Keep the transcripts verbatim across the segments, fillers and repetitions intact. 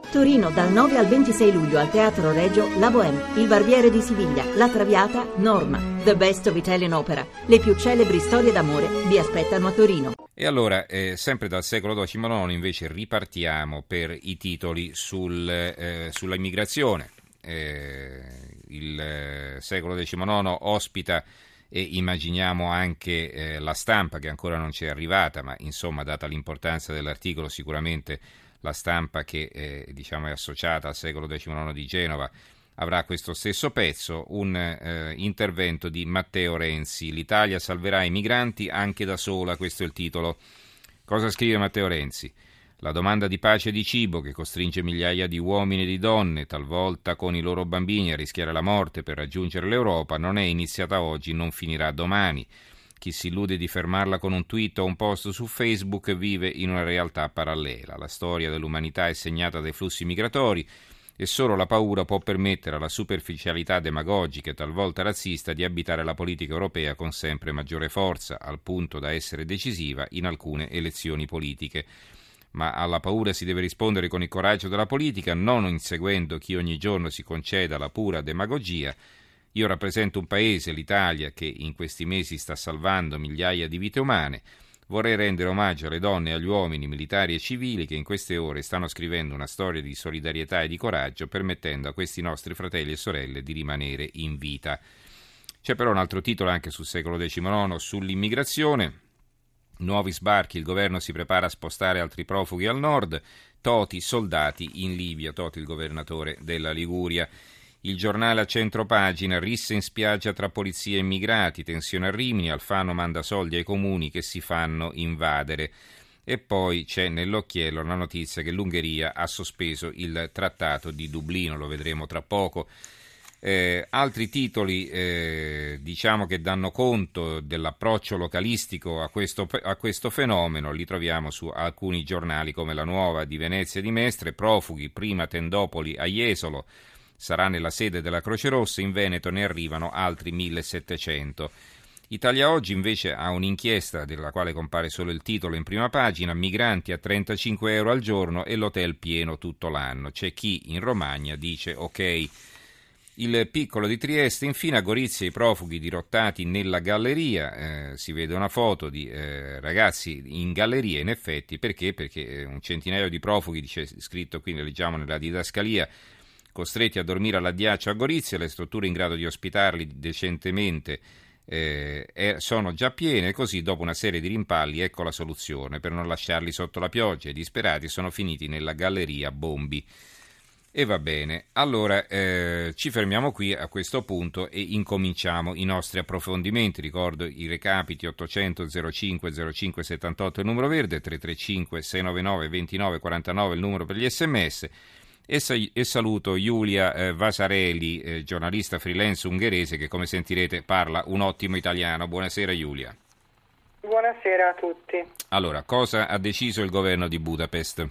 Torino dal nove al ventisei luglio al Teatro Regio La Bohème, Il Barbiere di Siviglia, La Traviata, Norma, The Best of Italian Opera. Le più celebri storie d'amore vi aspettano a Torino. E allora, eh, sempre dal secolo diciannove invece ripartiamo per i titoli sul, eh, sulla immigrazione. Eh, il eh, secolo diciannove ospita e immaginiamo anche eh, la Stampa, che ancora non ci è arrivata, ma insomma, data l'importanza dell'articolo, sicuramente la Stampa, che eh, diciamo è associata al secolo diciannove di Genova, avrà questo stesso pezzo, un eh, intervento di Matteo Renzi. L'Italia salverà i migranti anche da sola, questo è il titolo. Cosa scrive Matteo Renzi? La domanda di pace e di cibo che costringe migliaia di uomini e di donne, talvolta con i loro bambini, a rischiare la morte per raggiungere l'Europa, non è iniziata oggi, non finirà domani. Chi si illude di fermarla con un tweet o un post su Facebook vive in una realtà parallela. La storia dell'umanità è segnata dai flussi migratori e solo la paura può permettere alla superficialità demagogica e talvolta razzista di abitare la politica europea con sempre maggiore forza, al punto da essere decisiva in alcune elezioni politiche. Ma alla paura si deve rispondere con il coraggio della politica, non inseguendo chi ogni giorno si conceda la pura demagogia. Io rappresento un paese, l'Italia, che in questi mesi sta salvando migliaia di vite umane. Vorrei rendere omaggio alle donne e agli uomini militari e civili che in queste ore stanno scrivendo una storia di solidarietà e di coraggio, permettendo a questi nostri fratelli e sorelle di rimanere in vita. C'è però un altro titolo anche sul secolo diciannove sull'immigrazione. Nuovi sbarchi, il governo si prepara a spostare altri profughi al nord. Toti, soldati in Libia. Toti, il governatore della Liguria. Il giornale a centropagina, risse in spiaggia tra polizia e immigrati, tensione a Rimini, Alfano manda soldi ai comuni che si fanno invadere. E poi c'è nell'occhiello la notizia che l'Ungheria ha sospeso il trattato di Dublino, lo vedremo tra poco. Eh, altri titoli eh, diciamo che danno conto dell'approccio localistico a questo, a questo fenomeno li troviamo su alcuni giornali come La Nuova di Venezia e di Mestre. Profughi, prima tendopoli a Jesolo, sarà nella sede della Croce Rossa, in Veneto ne arrivano altri millesettecento. Italia Oggi invece ha un'inchiesta della quale compare solo il titolo in prima pagina, migranti a trentacinque euro al giorno e l'hotel pieno tutto l'anno. C'è chi in Romagna dice ok. Il Piccolo di Trieste, infine a Gorizia i profughi dirottati nella galleria, eh, si vede una foto di eh, ragazzi in galleria, in effetti, perché? Perché un centinaio di profughi, dice scritto qui, ne leggiamo nella didascalia, costretti a dormire all'addiaccio a Gorizia, le strutture in grado di ospitarli decentemente eh, sono già piene, così dopo una serie di rimpalli ecco la soluzione, per non lasciarli sotto la pioggia, i disperati sono finiti nella galleria Bombi. E va bene, allora eh, ci fermiamo qui a questo punto e incominciamo i nostri approfondimenti. Ricordo i recapiti: ottocento zero cinque zero cinque settantotto il numero verde, tre tre cinque sei nove nove due nove quattro nove il numero per gli sms. E, sa- e saluto Giulia eh, Vasareli, eh, giornalista freelance ungherese che, come sentirete, parla un ottimo italiano. Buonasera Giulia. Buonasera a tutti. Allora, cosa ha deciso il governo di Budapest?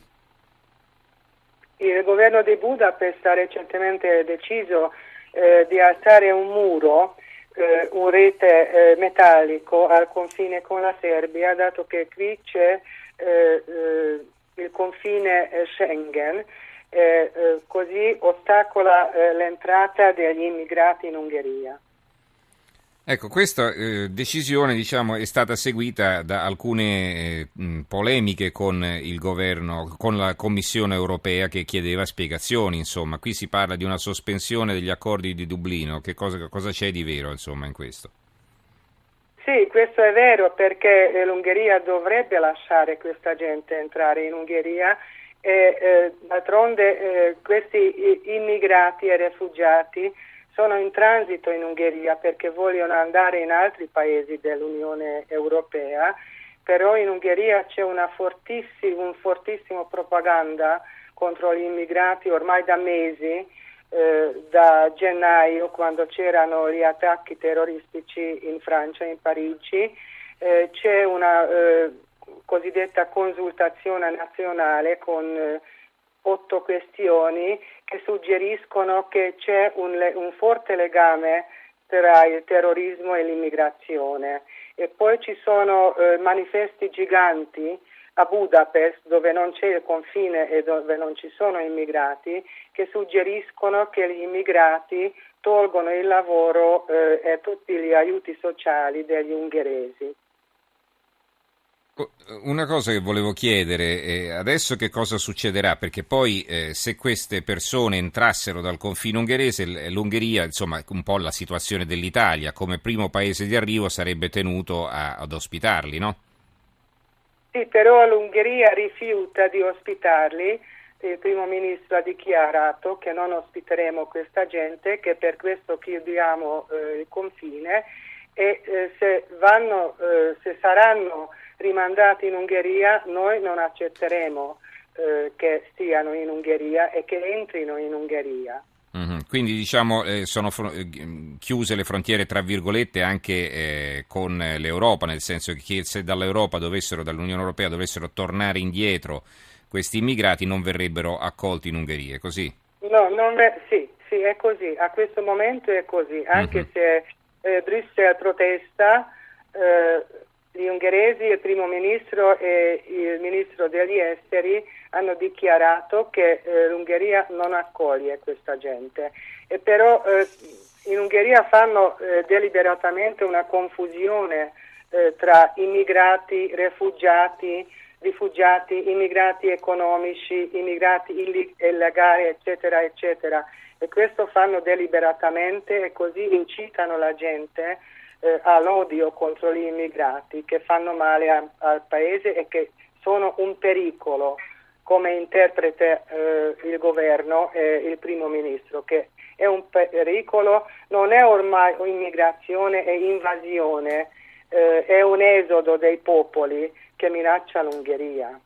Il governo di Budapest ha recentemente deciso eh, di alzare un muro, eh, un rete eh, metallico al confine con la Serbia, dato che qui c'è eh, eh, il confine eh, Schengen, eh, eh, così ostacola eh, l'entrata degli immigrati in Ungheria. Ecco, questa eh, decisione, diciamo, è stata seguita da alcune eh, mh, polemiche con il governo, con la Commissione europea che chiedeva spiegazioni, insomma. Qui si parla di una sospensione degli accordi di Dublino. Che cosa, cosa c'è di vero, insomma, in questo? Sì, questo è vero, perché eh, l'Ungheria dovrebbe lasciare questa gente entrare in Ungheria e eh, d'altronde eh, questi immigrati e rifugiati sono in transito in Ungheria perché vogliono andare in altri paesi dell'Unione Europea, però in Ungheria c'è una fortissima, un fortissimo propaganda contro gli immigrati ormai da mesi, eh, da gennaio, quando c'erano gli attacchi terroristici in Francia, in Parigi. Eh, c'è una eh, cosiddetta consultazione nazionale con eh, otto questioni che suggeriscono che c'è un, un forte legame tra il terrorismo e l'immigrazione. E poi ci sono eh, manifesti giganti a Budapest, dove non c'è il confine e dove non ci sono immigrati, che suggeriscono che gli immigrati tolgono il lavoro eh, e tutti gli aiuti sociali degli ungheresi. Una cosa che volevo chiedere, eh, adesso che cosa succederà? Perché poi eh, se queste persone entrassero dal confine ungherese, l'Ungheria, insomma, un po' la situazione dell'Italia, come primo paese di arrivo sarebbe tenuto a, ad ospitarli, no? Sì, però l'Ungheria rifiuta di ospitarli. Il primo ministro ha dichiarato che non ospiteremo questa gente, che per questo chiudiamo eh, il confine e eh, se vanno, eh, se saranno rimandati in Ungheria, noi non accetteremo eh, che stiano in Ungheria e che entrino in Ungheria. Mm-hmm. Quindi diciamo eh, sono fr- chiuse le frontiere tra virgolette anche eh, con l'Europa, nel senso che se dall'Europa dovessero, dall'Unione Europea dovessero tornare indietro questi immigrati non verrebbero accolti in Ungheria, è così? No, non ve- sì, sì, è così, a questo momento è così, anche mm-hmm. se eh, Bruxelles protesta, eh, gli ungheresi, il primo ministro e il ministro degli esteri hanno dichiarato che eh, l'Ungheria non accoglie questa gente, e però eh, in Ungheria fanno eh, deliberatamente una confusione eh, tra immigrati, rifugiati, rifugiati, immigrati economici, immigrati illegali, eccetera, eccetera, e questo fanno deliberatamente e così incitano la gente eh, all'odio contro gli immigrati che fanno male a, al paese e che sono un pericolo, come interpreta eh, il governo e il primo ministro, che è un pericolo, non è ormai immigrazione e invasione, eh, è un esodo dei popoli che minaccia l'Ungheria.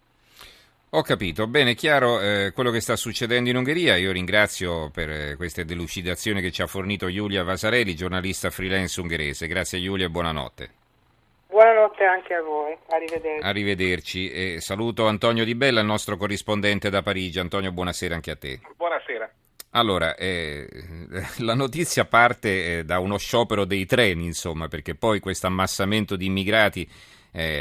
Ho capito, bene, chiaro eh, quello che sta succedendo in Ungheria. Io ringrazio per eh, queste delucidazioni che ci ha fornito Giulia Vasarely, giornalista freelance ungherese. Grazie Giulia e buonanotte. Buonanotte anche a voi, arrivederci. Arrivederci e saluto Antonio Di Bella, il nostro corrispondente da Parigi. Antonio, buonasera anche a te. Buonasera. Allora, eh, la notizia parte eh, da uno sciopero dei treni, insomma, perché poi questo ammassamento di immigrati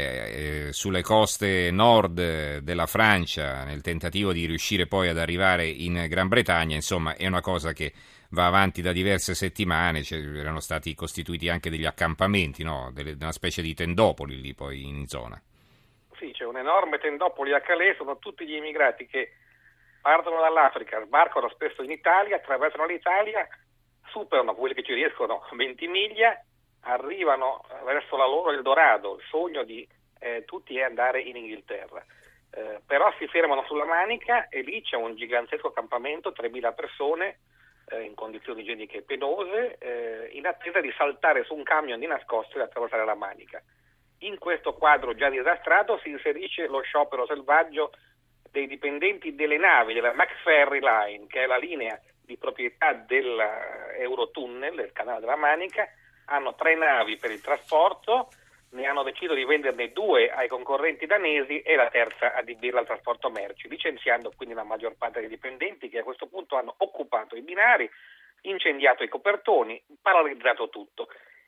Eh, eh, sulle coste nord della Francia nel tentativo di riuscire poi ad arrivare in Gran Bretagna, insomma è una cosa che va avanti da diverse settimane, cioè, erano stati costituiti anche degli accampamenti, no? Delle, una specie di tendopoli lì poi in zona. Sì, c'è un enorme tendopoli a Calais, sono tutti gli immigrati che partono dall'Africa, sbarcano spesso in Italia, attraversano l'Italia, superano quelli che ci riescono venti miglia, arrivano verso la loro Eldorado, il sogno di eh, tutti è andare in Inghilterra, eh, però si fermano sulla Manica e lì c'è un gigantesco accampamento, tremila persone eh, in condizioni igieniche penose, eh, in attesa di saltare su un camion di nascosto e attraversare la Manica. In questo quadro già disastrato si inserisce lo sciopero selvaggio dei dipendenti delle navi della McFerry Line, che è la linea di proprietà dell'Eurotunnel, del canale della Manica. Hanno tre navi per il trasporto, ne hanno deciso di venderne due ai concorrenti danesi e la terza adibirla al trasporto merci, licenziando quindi la maggior parte dei dipendenti che a questo punto hanno occupato i binari, incendiato i copertoni, paralizzato tutto,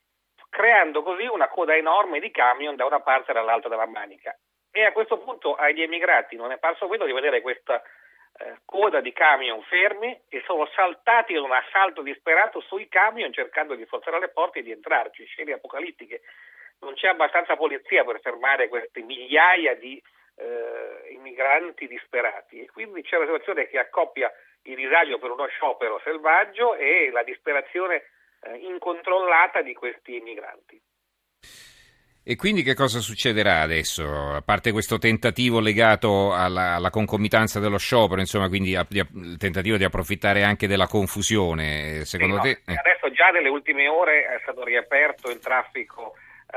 creando così una coda enorme di camion da una parte e dall'altra della Manica. E a questo punto agli emigrati non è parso vedo di vedere questa Eh, coda di camion fermi e sono saltati in un assalto disperato sui camion cercando di forzare le porte e di entrarci, scene apocalittiche. Non c'è abbastanza polizia per fermare queste migliaia di eh, immigranti disperati e quindi c'è una situazione che accoppia il disagio per uno sciopero selvaggio e la disperazione eh, incontrollata di questi immigranti. E quindi che cosa succederà adesso, a parte questo tentativo legato alla, alla concomitanza dello sciopero, insomma, quindi a, di, il tentativo di approfittare anche della confusione, secondo sì, te? No, eh. Adesso già nelle ultime ore è stato riaperto il traffico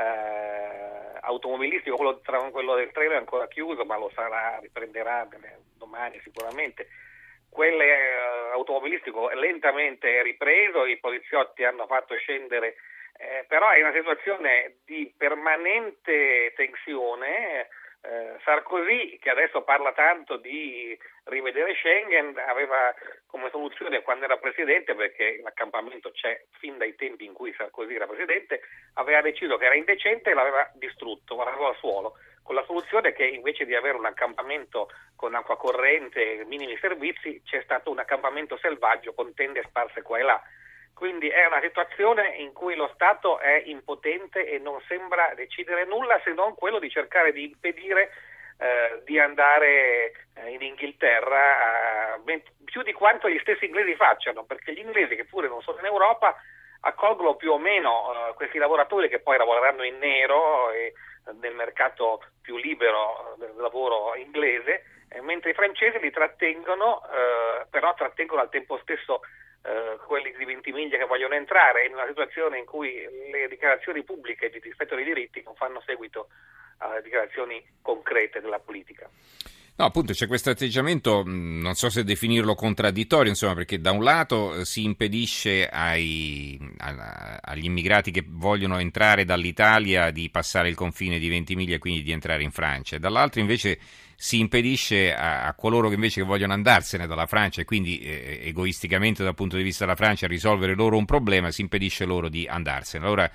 eh, automobilistico, quello, tra, quello del treno è ancora chiuso, ma lo sarà, riprenderà domani sicuramente. Quello eh, automobilistico lentamente è ripreso, i poliziotti hanno fatto scendere. Eh, però è una situazione di permanente tensione. Eh, Sarkozy, che adesso parla tanto di rivedere Schengen, aveva come soluzione quando era presidente, perché l'accampamento c'è fin dai tempi in cui Sarkozy era presidente, aveva deciso che era indecente e l'aveva distrutto, guardato al suolo. con la soluzione che invece di avere un accampamento con acqua corrente e minimi servizi c'è stato un accampamento selvaggio con tende sparse qua e là. Quindi è una situazione in cui lo Stato è impotente e non sembra decidere nulla se non quello di cercare di impedire eh, di andare eh, in Inghilterra, eh, più di quanto gli stessi inglesi facciano, perché gli inglesi, che pure non sono in Europa, accolgono più o meno eh, questi lavoratori che poi lavoreranno in nero e nel mercato più libero del lavoro inglese, eh, mentre i francesi li trattengono, eh, però trattengono al tempo stesso eh, quelli di Ventimiglia che vogliono entrare in una situazione in cui le dichiarazioni pubbliche di rispetto dei diritti non fanno seguito a dichiarazioni concrete della politica. No, appunto c'è questo atteggiamento, non so se definirlo contraddittorio, insomma, perché da un lato si impedisce ai, a, agli immigrati che vogliono entrare dall'Italia di passare il confine di Ventimiglia e quindi di entrare in Francia, e dall'altro invece si impedisce a, a coloro che invece che vogliono andarsene dalla Francia e quindi eh, egoisticamente dal punto di vista della Francia risolvere loro un problema, si impedisce loro di andarsene. Allora,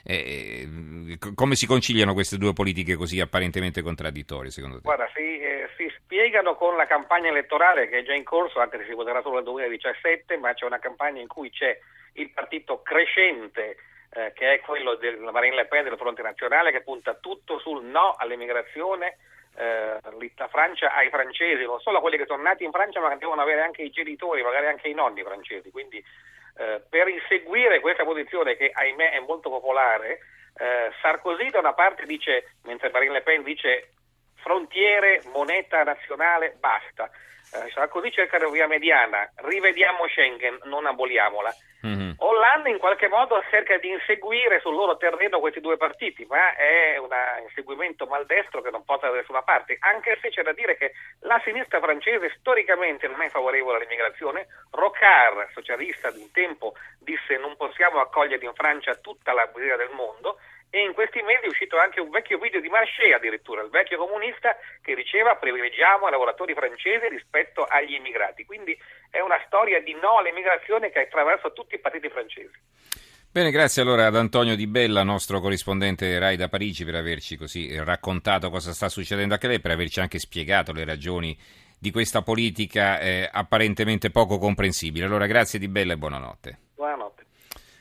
Eh, come si conciliano queste due politiche così apparentemente contraddittorie, secondo te? Guarda, si, eh, si spiegano con la campagna elettorale che è già in corso, anche se si voterà solo nel duemiladiciassette, ma c'è una campagna in cui c'è il partito crescente, eh, che è quello della Marine Le Pen del Fronte Nazionale, che punta tutto sul no all'immigrazione, eh, la Francia ai francesi, non solo a quelli che sono nati in Francia, ma che devono avere anche i genitori, magari anche i nonni francesi, quindi Eh, per inseguire questa posizione che ahimè è molto popolare, eh, Sarkozy da una parte dice, mentre Marine Le Pen dice frontiere, moneta nazionale, basta. Eh, Sarkozy cerca una via mediana, rivediamo Schengen, non aboliamola. Mm-hmm. Hollande in qualche modo cerca di inseguire sul loro terreno questi due partiti, ma è un inseguimento maldestro che non porta da nessuna parte, anche se c'è da dire che la sinistra francese storicamente non è favorevole all'immigrazione. Rocard, socialista di un tempo, disse non possiamo accogliere in Francia tutta la miseria del mondo, e in questi mesi è uscito anche un vecchio video di Marché, addirittura, il vecchio comunista, che diceva privilegiamo i lavoratori francesi rispetto agli immigrati. Quindi è una storia di no all'immigrazione che attraversa tutti i partiti francesi. Bene, grazie allora ad Antonio Di Bella, nostro corrispondente Rai da Parigi, per averci così raccontato cosa sta succedendo anche lei, per averci anche spiegato le ragioni di questa politica eh, apparentemente poco comprensibile. Allora grazie Di Bella e buonanotte.